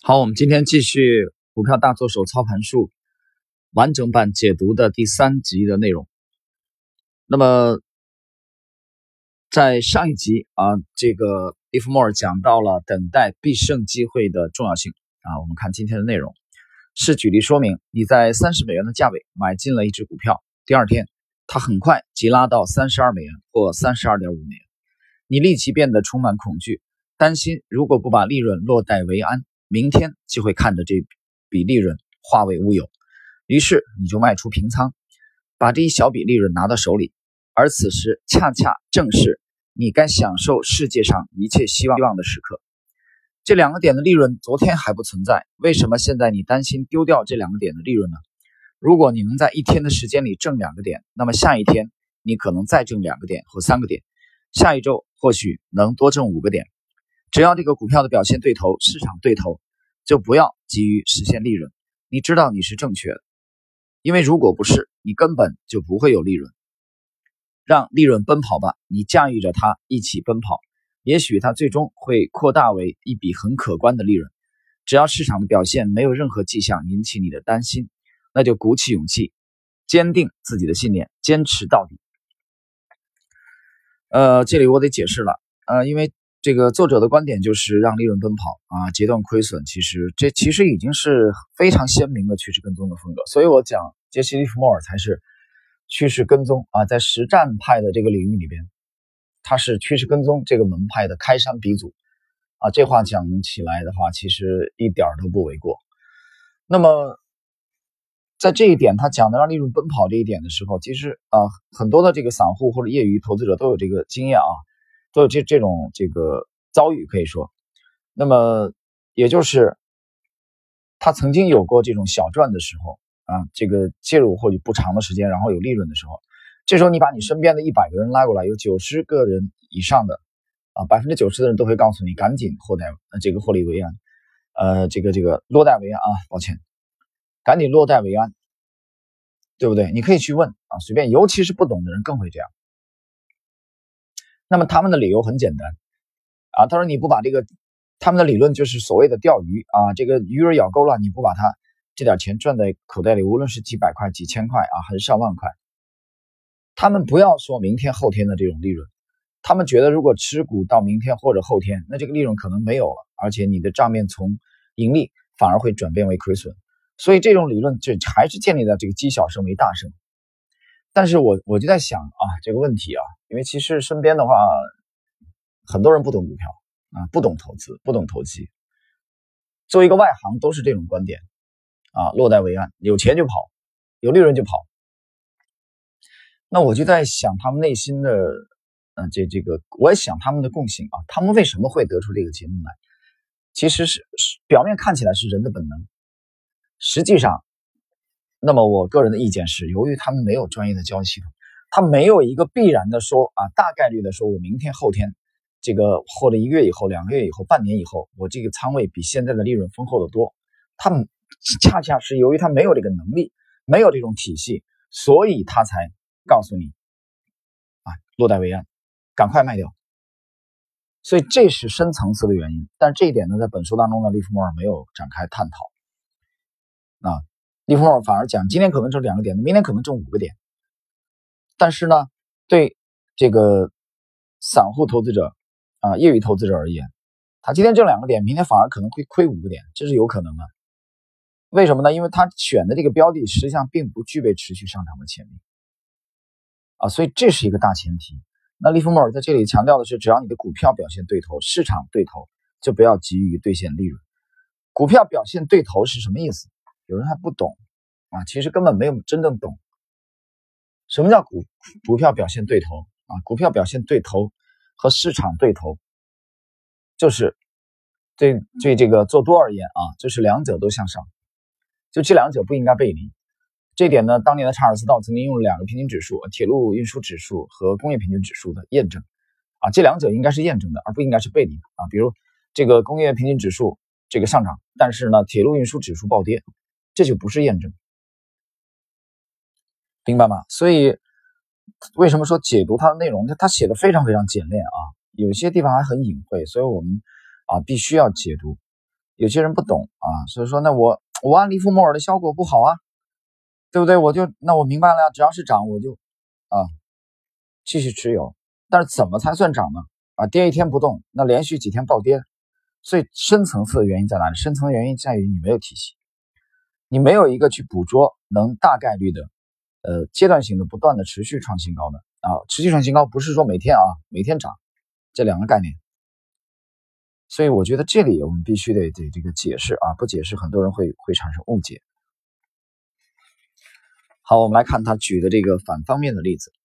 好，我们今天继续股票大作手操盘术完整版解读的第3集的内容。那么在上一集这个利弗莫尔讲到了等待必胜机会的重要性我们看今天的内容是举例说明，你在30美元的价位买进了一只股票，第二天它很快急拉到32美元或32.5美元，你立即变得充满恐惧，担心如果不把利润落袋为安，明天就会看着这笔利润化为乌有，于是你就卖出平仓，把这一小笔利润拿到手里，而此时恰恰正是你该享受世界上一切希望的时刻。这2个点的利润昨天还不存在，为什么现在你担心丢掉这2个点的利润呢？如果你能在一天的时间里挣2个点，那么下一天你可能再挣2个点或3个点，下一周或许能多挣5个点。只要这个股票的表现对头，市场对头，就不要急于实现利润。你知道你是正确的，因为如果不是，你根本就不会有利润。让利润奔跑吧，你驾驭着它一起奔跑，也许它最终会扩大为一笔很可观的利润。只要市场的表现没有任何迹象引起你的担心，那就鼓起勇气，坚定自己的信念，坚持到底。这里我得解释了，因为这个作者的观点就是让利润奔跑截断亏损，这其实已经是非常鲜明的趋势跟踪的风格。所以我讲杰西·利弗莫尔才是趋势跟踪在实战派的这个领域里边，他是趋势跟踪这个门派的开山鼻祖这话讲起来的话，其实一点都不为过。那么在这一点他讲的让利润奔跑这一点的时候，其实很多的这个散户或者业余投资者都有这个经验都有这种遭遇可以说。那么也就是他曾经有过这种小赚的时候这个介入或许不长的时间，然后有利润的时候，这时候你把你身边的100个人拉过来，有90个人以上的90%的人都会告诉你赶紧获利为安，落袋为安抱歉，赶紧落袋为安，对不对？你可以去问随便，尤其是不懂的人更会这样。那么他们的理由很简单他说你不把他们的理论就是所谓的钓鱼这个鱼儿咬钩了，你不把它这点钱赚在口袋里，无论是几百块几千块还是上万块，他们不要说明天后天的这种利润，他们觉得如果持股到明天或者后天，那这个利润可能没有了，而且你的账面从盈利反而会转变为亏损。所以这种理论就还是建立在这个积小胜为大胜。但是我就在想这个问题因为其实身边的话很多人不懂股票不懂投资，不懂投机，作为一个外行都是这种观点落袋为安，有钱就跑，有利润就跑。那我就在想他们内心的我也想他们的共性他们为什么会得出这个结论来？其实是表面看起来是人的本能，实际上那么我个人的意见是，由于他们没有专业的交易系统，他没有一个必然的说大概率的说我明天后天或者1个月以后2个月以后半年以后，我这个仓位比现在的利润丰厚的多。他们恰恰是由于他没有这个能力，没有这种体系，所以他才告诉你落袋为安，赶快卖掉。所以这是深层次的原因，但这一点呢，在本书当中呢，利弗莫尔没有展开探讨利弗莫尔反而讲今天可能挣2个点，明天可能挣5个点。但是呢，对这个散户投资者业余投资者而言，他今天挣2个点，明天反而可能会亏5个点，这是有可能的。为什么呢？因为他选的这个标的实际上并不具备持续上涨的潜力所以这是一个大前提。那利弗莫尔在这里强调的是，只要你的股票表现对头，市场对头，就不要急于兑现利润。股票表现对头是什么意思？有人还不懂其实根本没有真正懂什么叫股票表现对头股票表现对头和市场对头，就是对这个做多而言就是两者都向上，就这两者不应该背离。这点呢，当年的查尔斯道曾经用了2个平均指数，铁路运输指数和工业平均指数的验证这两者应该是验证的，而不应该是背离的比如这个工业平均指数这个上涨，但是呢铁路运输指数暴跌，这就不是验证，明白吗？所以为什么说解读它的内容，它写的非常非常简练有些地方还很隐晦，所以我们必须要解读。 有些人不懂啊，所以说那我按利弗莫尔的效果不好啊，对不对？那我明白了呀，只要是涨我就啊继续持有。但是怎么才算涨呢？啊，跌一天不动，那连续几天暴跌，所以深层次的原因在哪里？深层原因在于你没有体系，你没有一个去捕捉能大概率的阶段性的不断的持续创新高的啊，持续创新高不是说每天涨这两个概念。所以我觉得这里我们必须得这个解释啊，不解释很多人会产生误解。好，我们来看他举的这个反方面的例子。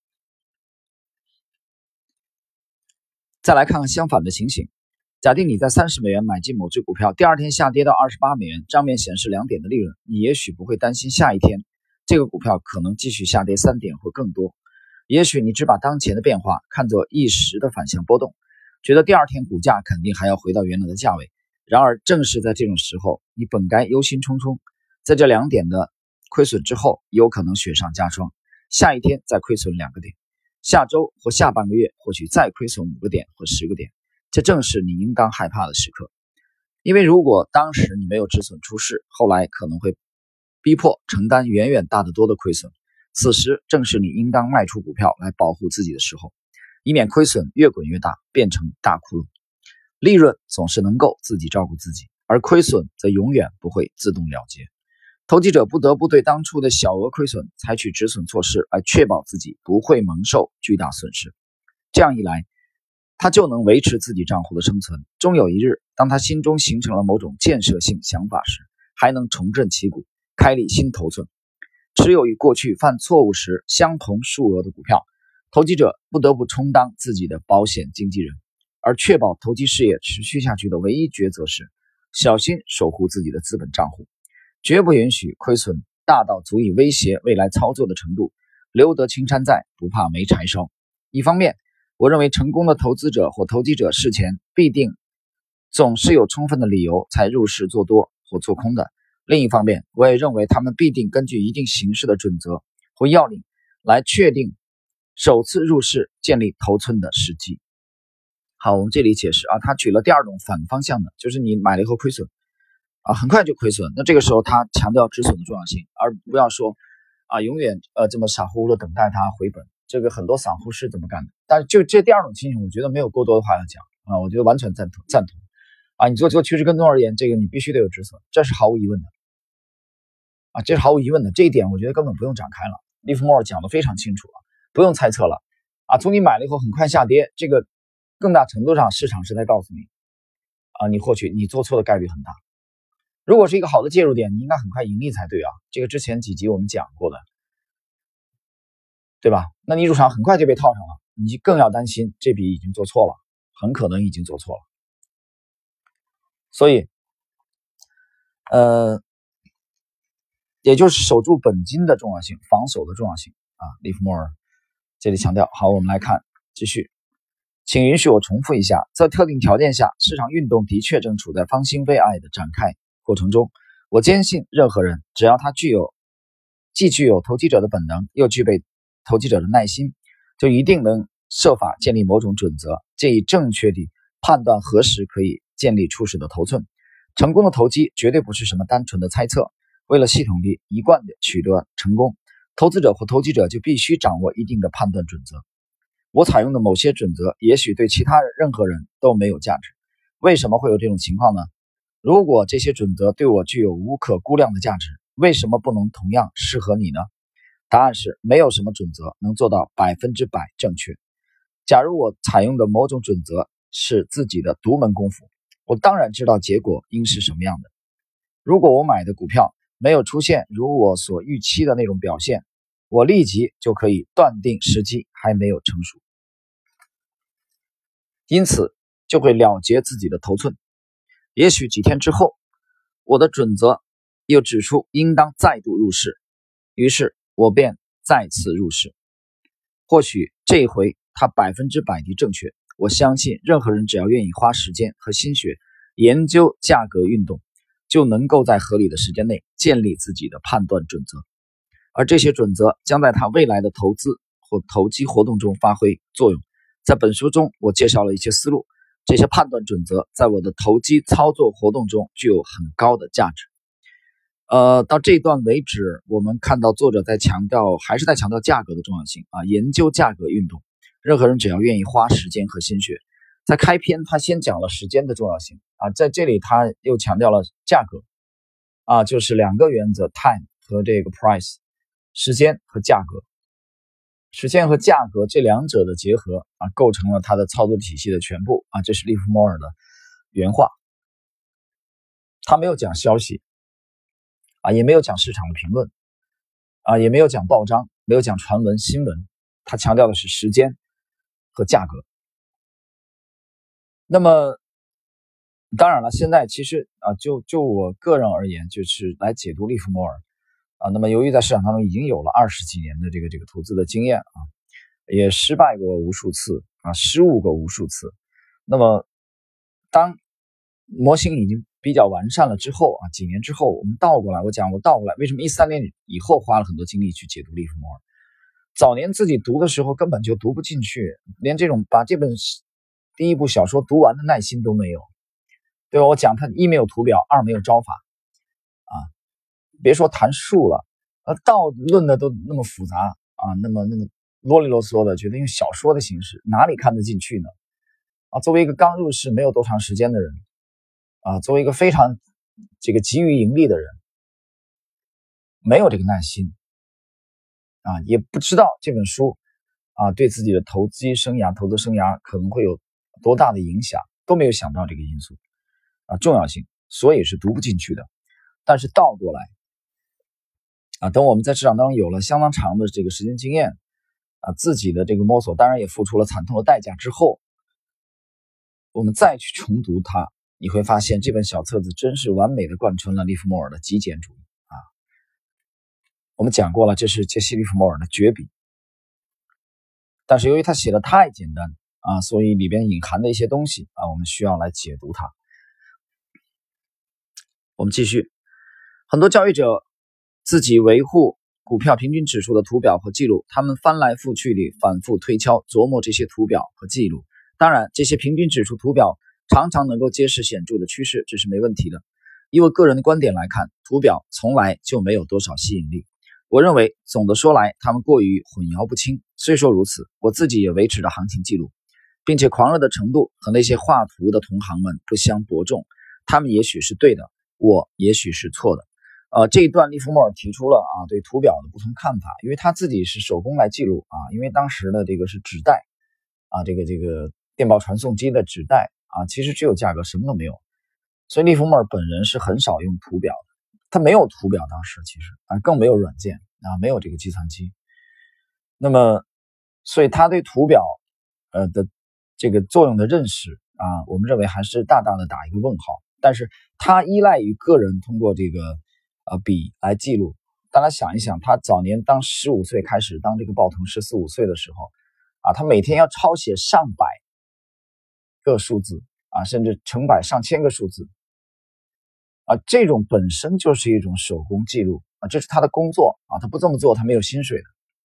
再来看看相反的情形。假定你在30美元买进某只股票，第二天下跌到28美元，账面显示2点的利润，你也许不会担心下一天这个股票可能继续下跌3点或更多。也许你只把当前的变化看作一时的反向波动，觉得第二天股价肯定还要回到原来的价位。然而正是在这种时候，你本该忧心忡忡，在这2点的亏损之后，有可能雪上加霜，下一天再亏损2个点，下周或下半个月或许再亏损5个点或10个点。这正是你应当害怕的时刻，因为如果当时你没有止损出市，后来可能会逼迫承担远远大得多的亏损。此时正是你应当卖出股票来保护自己的时候，以免亏损越滚越大，变成大窟窿。利润总是能够自己照顾自己，而亏损则永远不会自动了结。投机者不得不对当初的小额亏损采取止损措施，来确保自己不会蒙受巨大损失。这样一来，他就能维持自己账户的生存，终有一日，当他心中形成了某种建设性想法时，还能重振旗鼓，开立新头寸。持有与过去犯错误时相同数额的股票，投机者不得不充当自己的保险经纪人，而确保投机事业持续下去的唯一抉择是小心守护自己的资本账户，绝不允许亏损大到足以威胁未来操作的程度，留得青山在，不怕没柴烧。一方面，我认为成功的投资者或投机者事前必定总是有充分的理由才入市做多或做空的。另一方面，我也认为他们必定根据一定形式的准则或要领来确定首次入市建立头寸的时机。好，我们这里解释啊，他举了第二种反方向的，就是你买了以后亏损啊，很快就亏损。那这个时候他强调止损的重要性，而不要说啊永远这么傻乎乎的等待它回本。这个很多散户是这么干的，但是就这第二种情形，我觉得没有过多的话要讲啊，我觉得完全赞同啊。你做趋势跟踪而言，这个你必须得有止损，这是毫无疑问的啊，这是毫无疑问的，这一点我觉得根本不用展开了。利弗莫尔讲得非常清楚了，不用猜测了啊。从你买了以后很快下跌，这个更大程度上市场是在告诉你啊，你获取你做错的概率很大。如果是一个好的介入点，你应该很快盈利才对啊，这个之前几集我们讲过的。对吧？那你入场很快就被套上了，你更要担心这笔已经做错了，很可能已经做错了。所以，也就是守住本金的重要性，防守的重要性啊。利弗莫尔这里强调。好，我们来看，继续，请允许我重复一下，在特定条件下，市场运动的确正处在方兴未艾的展开过程中。我坚信，任何人只要他既具有投机者的本能，又具备投机者的耐心，就一定能设法建立某种准则，借以正确地判断何时可以建立初始的头寸。成功的投机绝对不是什么单纯的猜测，为了系统地一贯地取得成功，投资者或投机者就必须掌握一定的判断准则。我采用的某些准则也许对其他任何人都没有价值。为什么会有这种情况呢？如果这些准则对我具有无可估量的价值，为什么不能同样适合你呢？答案是没有什么准则能做到100%正确。假如我采用的某种准则是自己的独门功夫，我当然知道结果应是什么样的。如果我买的股票没有出现如我所预期的那种表现，我立即就可以断定时机还没有成熟，因此就会了结自己的头寸。也许几天之后，我的准则又指出应当再度入市，于是我便再次入市。或许这一回它100%的正确。我相信任何人只要愿意花时间和心血研究价格运动，就能够在合理的时间内建立自己的判断准则，而这些准则将在他未来的投资或投机活动中发挥作用。在本书中，我介绍了一些思路， 这些判断准则在我的投机操作活动中具有很高的价值。到这一段为止，我们看到作者还是在强调价格的重要性啊，研究价格运动。任何人只要愿意花时间和心血，在开篇他先讲了时间的重要性啊，在这里他又强调了价格啊，就是两个原则 time 和这个 price， 时间和价格。时间和价格这两者的结合啊，构成了他的操作体系的全部啊，这是利弗莫尔的原话。他没有讲消息啊，也没有讲市场的评论啊，也没有讲报章，没有讲传闻新闻，他强调的是时间和价格。那么当然了，现在其实啊，就我个人而言，就是来解读利弗莫尔啊。那么由于在市场当中已经有了20几年的这个投资的经验啊，也失败过无数次啊，失误过无数次。那么当模型已经比较完善了之后啊，几年之后，我倒过来，为什么13年以后花了很多精力去解读利弗莫尔？早年自己读的时候根本就读不进去，连把这本第一部小说读完的耐心都没有。对吧？我讲它一没有图表，二没有招法啊，别说谈术了，道论的都那么复杂啊，那么啰里啰嗦的，觉得用小说的形式哪里看得进去呢？啊，作为一个刚入市没有多长时间的人啊，作为一个非常急于盈利的人，没有这个耐心啊，也不知道这本书啊对自己的投资生涯可能会有多大的影响，都没有想到这个因素啊重要性，所以是读不进去的。但是倒过来啊，等我们在市场当中有了相当长的这个时间经验啊，自己的这个摸索，当然也付出了惨痛的代价之后，我们再去重读它，你会发现这本小册子真是完美的贯穿了利弗莫尔的极简主义啊。我们讲过了，这是杰西·利弗莫尔的绝笔，但是由于他写的太简单啊，所以里边隐含的一些东西啊，我们需要来解读它。我们继续，很多交易者自己维护股票平均指数的图表和记录，他们翻来覆去地反复推敲琢磨这些图表和记录。当然，这些平均指数图表常常能够揭示显著的趋势，这是没问题的。以我个人的观点来看，图表从来就没有多少吸引力。我认为总的说来，他们过于混淆不清。虽说如此，我自己也维持着行情记录，并且狂热的程度和那些画图的同行们不相伯仲。他们也许是对的，我也许是错的。这一段利弗莫尔提出了啊对图表的不同看法，因为他自己是手工来记录啊，因为当时的这个是纸带啊，这个电报传送机的纸带啊，其实只有价格，什么都没有，所以利弗莫尔本人是很少用图表的，他没有图表，当时其实啊更没有软件啊，没有这个计算机，那么所以他对图表的这个作用的认识啊，我们认为还是大大的打一个问号。但是他依赖于个人通过这个笔来记录。大家想一想，他早年当15岁开始当这个报童，14、15岁的时候啊，他每天要抄写上百个数字啊，甚至成百上千个数字啊，这种本身就是一种手工记录啊，这是他的工作啊，他不这么做他没有薪水的。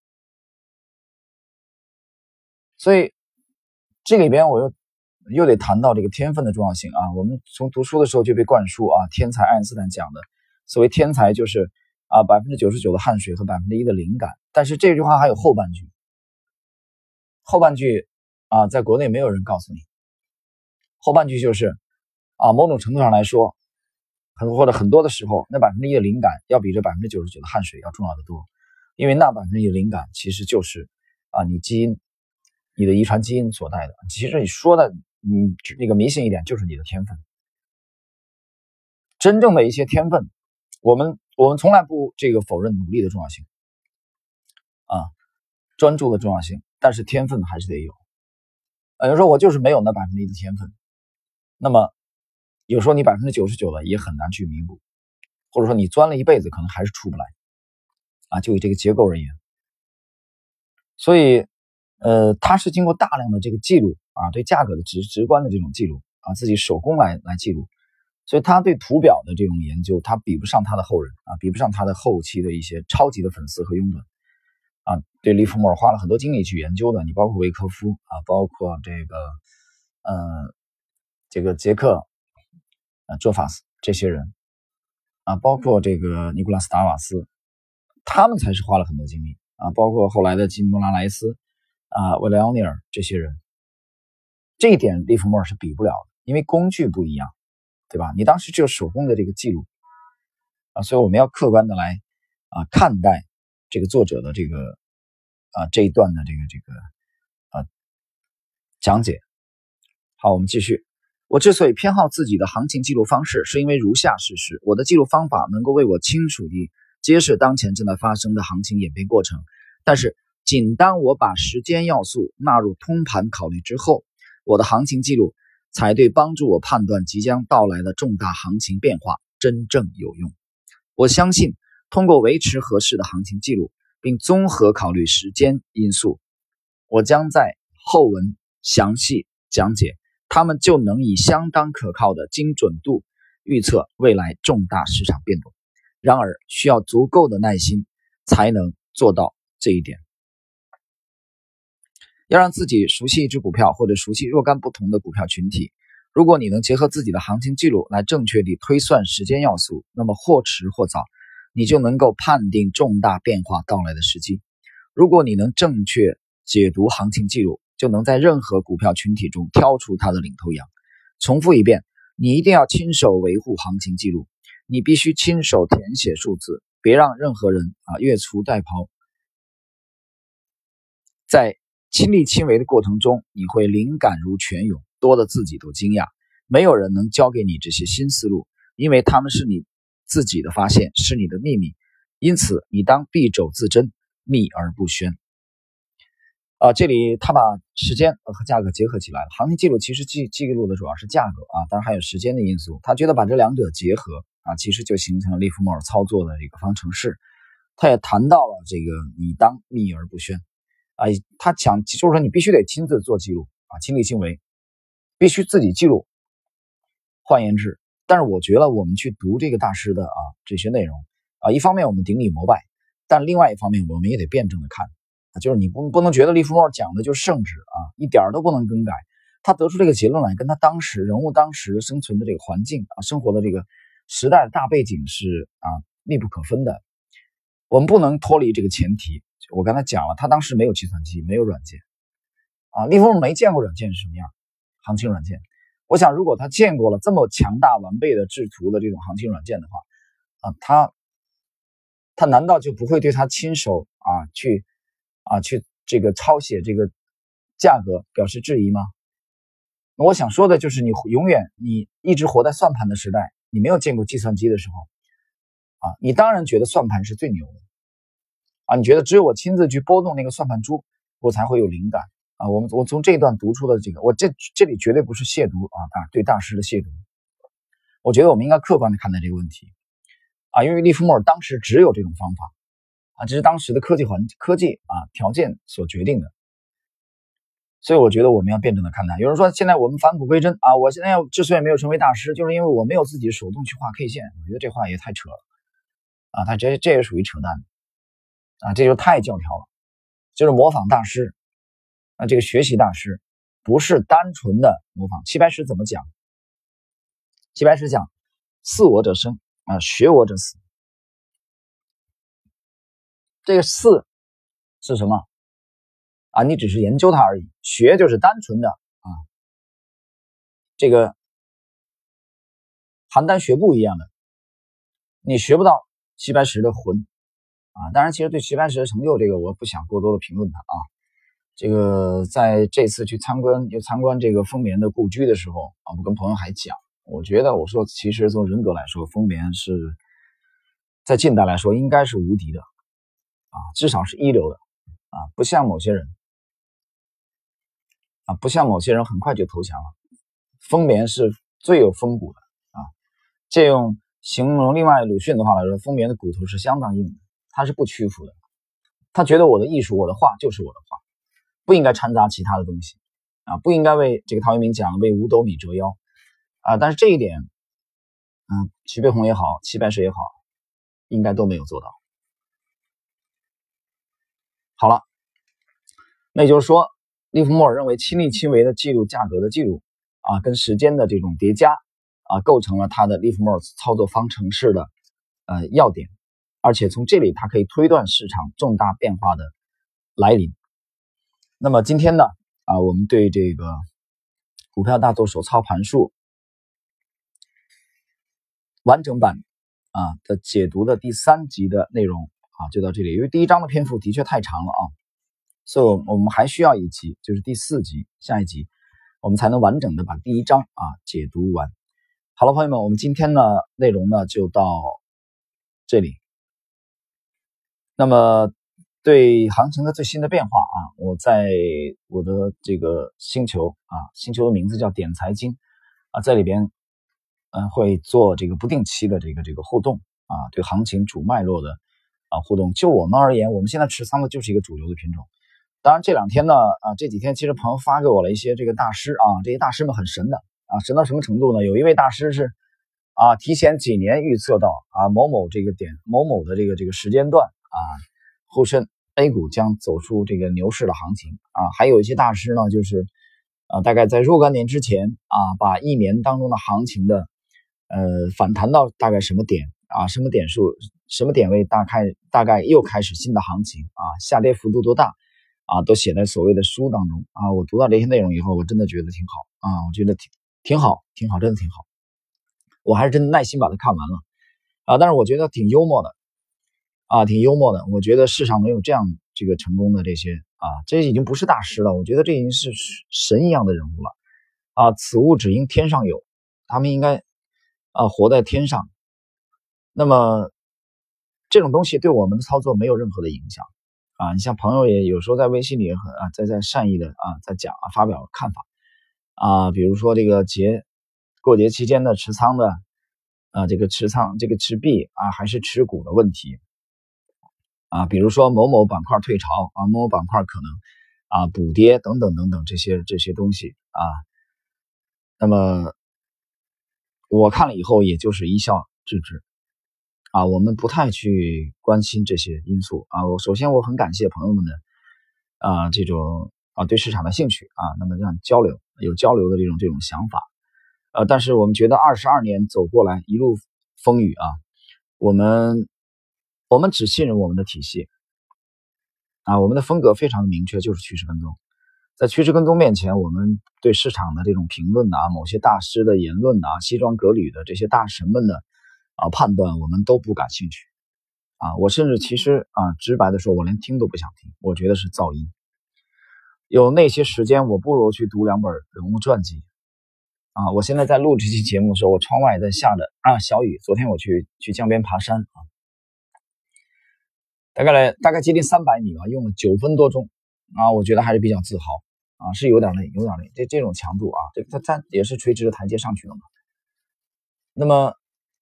所以这里边我又得谈到这个天分的重要性啊。我们从读书的时候就被灌输啊，天才爱因斯坦讲的，所谓天才就是啊99%的汗水和1%的灵感。但是这句话还有后半句，后半句啊，在国内没有人告诉你，后半句就是啊，某种程度上来说，或者很多的时候，那1%的灵感要比这99%的汗水要重要的多，因为那1%的灵感其实就是啊你的遗传基因所带的。其实你说的这个迷信一点，就是你的天分。真正的一些天分，我们从来不否认努力的重要性啊，专注的重要性，但是天分还是得有。有人说我就是没有那1%的天分，那么有时候你99%的也很难去弥补，或者说你钻了一辈子可能还是出不来啊。就以这个结构而言，所以他是经过大量的这个记录啊，对价格的直观的这种记录啊，自己手工来记录，所以他对图表的这种研究，他比不上他的后人啊，比不上他的后期的一些超级的粉丝和拥趸啊。对利弗莫尔花了很多精力去研究的，你包括维科夫啊，包括这个这个杰克卓法斯这些人包括这个尼古拉斯达瓦斯，他们才是花了很多精力包括后来的基姆拉莱斯维莱奥尼尔这些人，这一点利弗莫尔是比不了的，因为工具不一样，对吧？你当时只有手工的这个记录所以我们要客观的来看待这个作者的这个这一段的这个讲解。好，我们继续。我之所以偏好自己的行情记录方式，是因为如下事实：我的记录方法能够为我清楚地揭示当前正在发生的行情演变过程，但是仅当我把时间要素纳入通盘考虑之后，我的行情记录才对帮助我判断即将到来的重大行情变化真正有用。我相信通过维持合适的行情记录，并综合考虑时间因素，我将在后文详细讲解，他们就能以相当可靠的精准度预测未来重大市场变动。然而，需要足够的耐心才能做到这一点。要让自己熟悉一只股票，或者熟悉若干不同的股票群体，如果你能结合自己的行情记录来正确地推算时间要素，那么或迟或早，你就能够判定重大变化到来的时机。如果你能正确解读行情记录，就能在任何股票群体中挑出它的领头羊。重复一遍，你一定要亲手维护行情记录，你必须亲手填写数字，别让任何人越俎代庖。在亲力亲为的过程中，你会灵感如泉涌，多得自己都惊讶。没有人能教给你这些新思路，因为他们是你自己的发现，是你的秘密。因此，你当敝帚自珍，秘而不宣。这里他把时间和价格结合起来了。行情记录其实记录的主要是价格当然还有时间的因素。他觉得把这两者结合其实就形成了利弗莫尔操作的这个方程式。他也谈到了这个你当秘而不宣他讲就是说你必须得亲自做记录亲力亲为，必须自己记录。换言之，但是我觉得我们去读这个大师的这些内容一方面我们顶礼膜拜，但另外一方面我们也得辩证的看就是你不能觉得利弗莫尔讲的就是圣旨一点都不能更改。他得出这个结论来，跟他当时人物当时生存的这个环境生活的这个时代的大背景是密不可分的。我们不能脱离这个前提。我刚才讲了，他当时没有计算机，没有软件利弗莫尔没见过软件是什么样，行情软件。我想如果他见过了这么强大完备的制图的这种行情软件的话他难道就不会对他亲手去这个抄写这个价格表示质疑吗？我想说的就是你一直活在算盘的时代，你没有见过计算机的时候你当然觉得算盘是最牛的你觉得只有我亲自去拨动那个算盘珠，我才会有灵感我从这一段读出的这个，我这里绝对不是亵渎对大师的亵渎。我觉得我们应该客观的看待这个问题因为利弗莫尔当时只有这种方法这是当时的科技条件所决定的。所以我觉得我们要辩证的看待。有人说现在我们返璞归真我现在之所以没有成为大师，就是因为我没有自己手动去画 K 线。我觉得这话也太扯了他这也属于扯淡这就太教条了，就是模仿大师这个学习大师不是单纯的模仿。齐白石怎么讲？齐白石讲似我者生学我者死。这个似是什么你只是研究它而已，学就是单纯的这个邯郸学步一样的，你学不到齐白石的魂当然其实对齐白石的成就这个我不想过多的评论他这个在这次去参观这个风眠的故居的时候我跟朋友还讲，我说其实从人格来说，风眠是在近代来说应该是无敌的至少是一流的不像某些人很快就投降了。风眠是最有风骨的借用形容另外鲁迅的话来说，风眠的骨头是相当硬的，他是不屈服的。他觉得我的艺术，我的画就是我的画，不应该掺杂其他的东西不应该为这个陶渊明讲为五斗米折腰但是这一点徐悲鸿也好，齐白石也好，应该都没有做到。好了，那也就是说利弗莫尔认为亲力亲为的记录价格的记录跟时间的这种叠加构成了它的 Livermore 操作方程式的要点，而且从这里它可以推断市场重大变化的来临。那么今天呢我们对这个股票大作手操盘术完整版的解读的第3集的内容就到这里，因为第1章的篇幅的确太长了所以我们还需要一集，就是第4集，下一集我们才能完整的把第1章解读完。好了，朋友们，我们今天的内容呢就到这里。那么对行情的最新的变化我在我的这个星球星球的名字叫点财经在里边会做这个不定期的这个互动对行情主脉络的互动。就我们而言，我们现在持仓的就是一个主流的品种。当然这2天呢这几天其实朋友发给我了一些这个大师这些大师们很神的神到什么程度呢？有一位大师是提前几年预测到某某这个点某某的这个时间段沪深 A 股将走出这个牛市的行情还有一些大师呢就是大概在若干年之前把1年当中的行情的反弹到大概什么点什么点数什么点位大概又开始新的行情下跌幅度多大都写在所谓的书当中我读到这些内容以后，我真的觉得挺好我觉得挺好，真的挺好。我还是真的耐心把它看完了但是我觉得挺幽默的挺幽默的。我觉得世上没有这样这个成功的这些这已经不是大师了，我觉得这已经是神一样的人物了此物只应天上有，他们应该活在天上。那么这种东西对我们的操作没有任何的影响你像朋友也有时候在微信里也很在善意的在讲发表看法比如说这个过节期间的持仓的这个持仓这个持币还是持股的问题比如说某某板块退潮某某板块可能补跌等等等等这些东西那么我看了以后也就是一笑置之我们不太去关心这些因素首先我很感谢朋友们的这种对市场的兴趣那么这样有交流的这种想法但是我们觉得22年走过来一路风雨我们只信任我们的体系我们的风格非常的明确，就是趋势跟踪。在趋势跟踪面前，我们对市场的这种评论某些大师的言论西装革履的这些大神们的判断，我们都不感兴趣我甚至其实直白的说，我连听都不想听，我觉得是噪音。有那些时间，我不如去读2本人物传记我现在在录这期节目的时候，我窗外在下着小雨。昨天我去江边爬山大概接近300米用了9分多钟我觉得还是比较自豪是有点累。这种强度它也是垂直的台阶上去了嘛。那么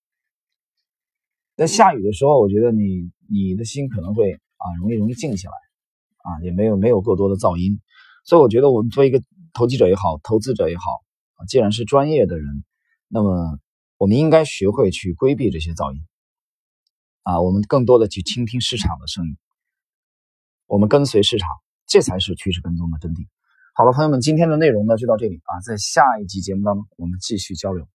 在下雨的时候，我觉得你的心可能会容易静下来也没有过多的噪音。所以我觉得我们做一个投机者也好，投资者也好既然是专业的人，那么我们应该学会去规避这些噪音我们更多的去倾听市场的声音，我们跟随市场，这才是趋势跟踪的真谛。好了，朋友们，今天的内容呢就到这里在下一集节目当中我们继续交流。